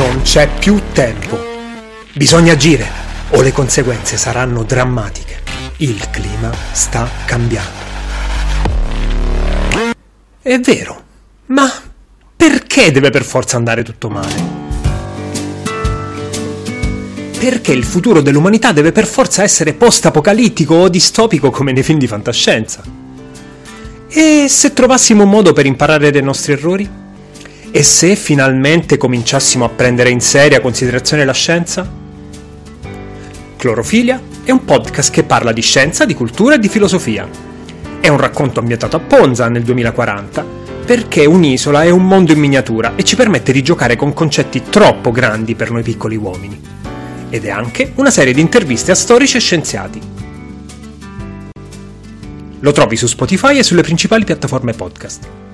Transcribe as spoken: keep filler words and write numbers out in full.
Non c'è più tempo. Bisogna agire o le conseguenze saranno drammatiche. Il clima sta cambiando. È vero, ma perché deve per forza andare tutto male? Perché il futuro dell'umanità deve per forza essere post-apocalittico o distopico come nei film di fantascienza? E se trovassimo un modo per imparare dai nostri errori? E se finalmente cominciassimo a prendere in seria considerazione la scienza? Clorofilia è un podcast che parla di scienza, di cultura e di filosofia. È un racconto ambientato a Ponza nel duemilaquaranta, perché un'isola è un mondo in miniatura e ci permette di giocare con concetti troppo grandi per noi piccoli uomini. Ed è anche una serie di interviste a storici e scienziati. Lo trovi su Spotify e sulle principali piattaforme podcast.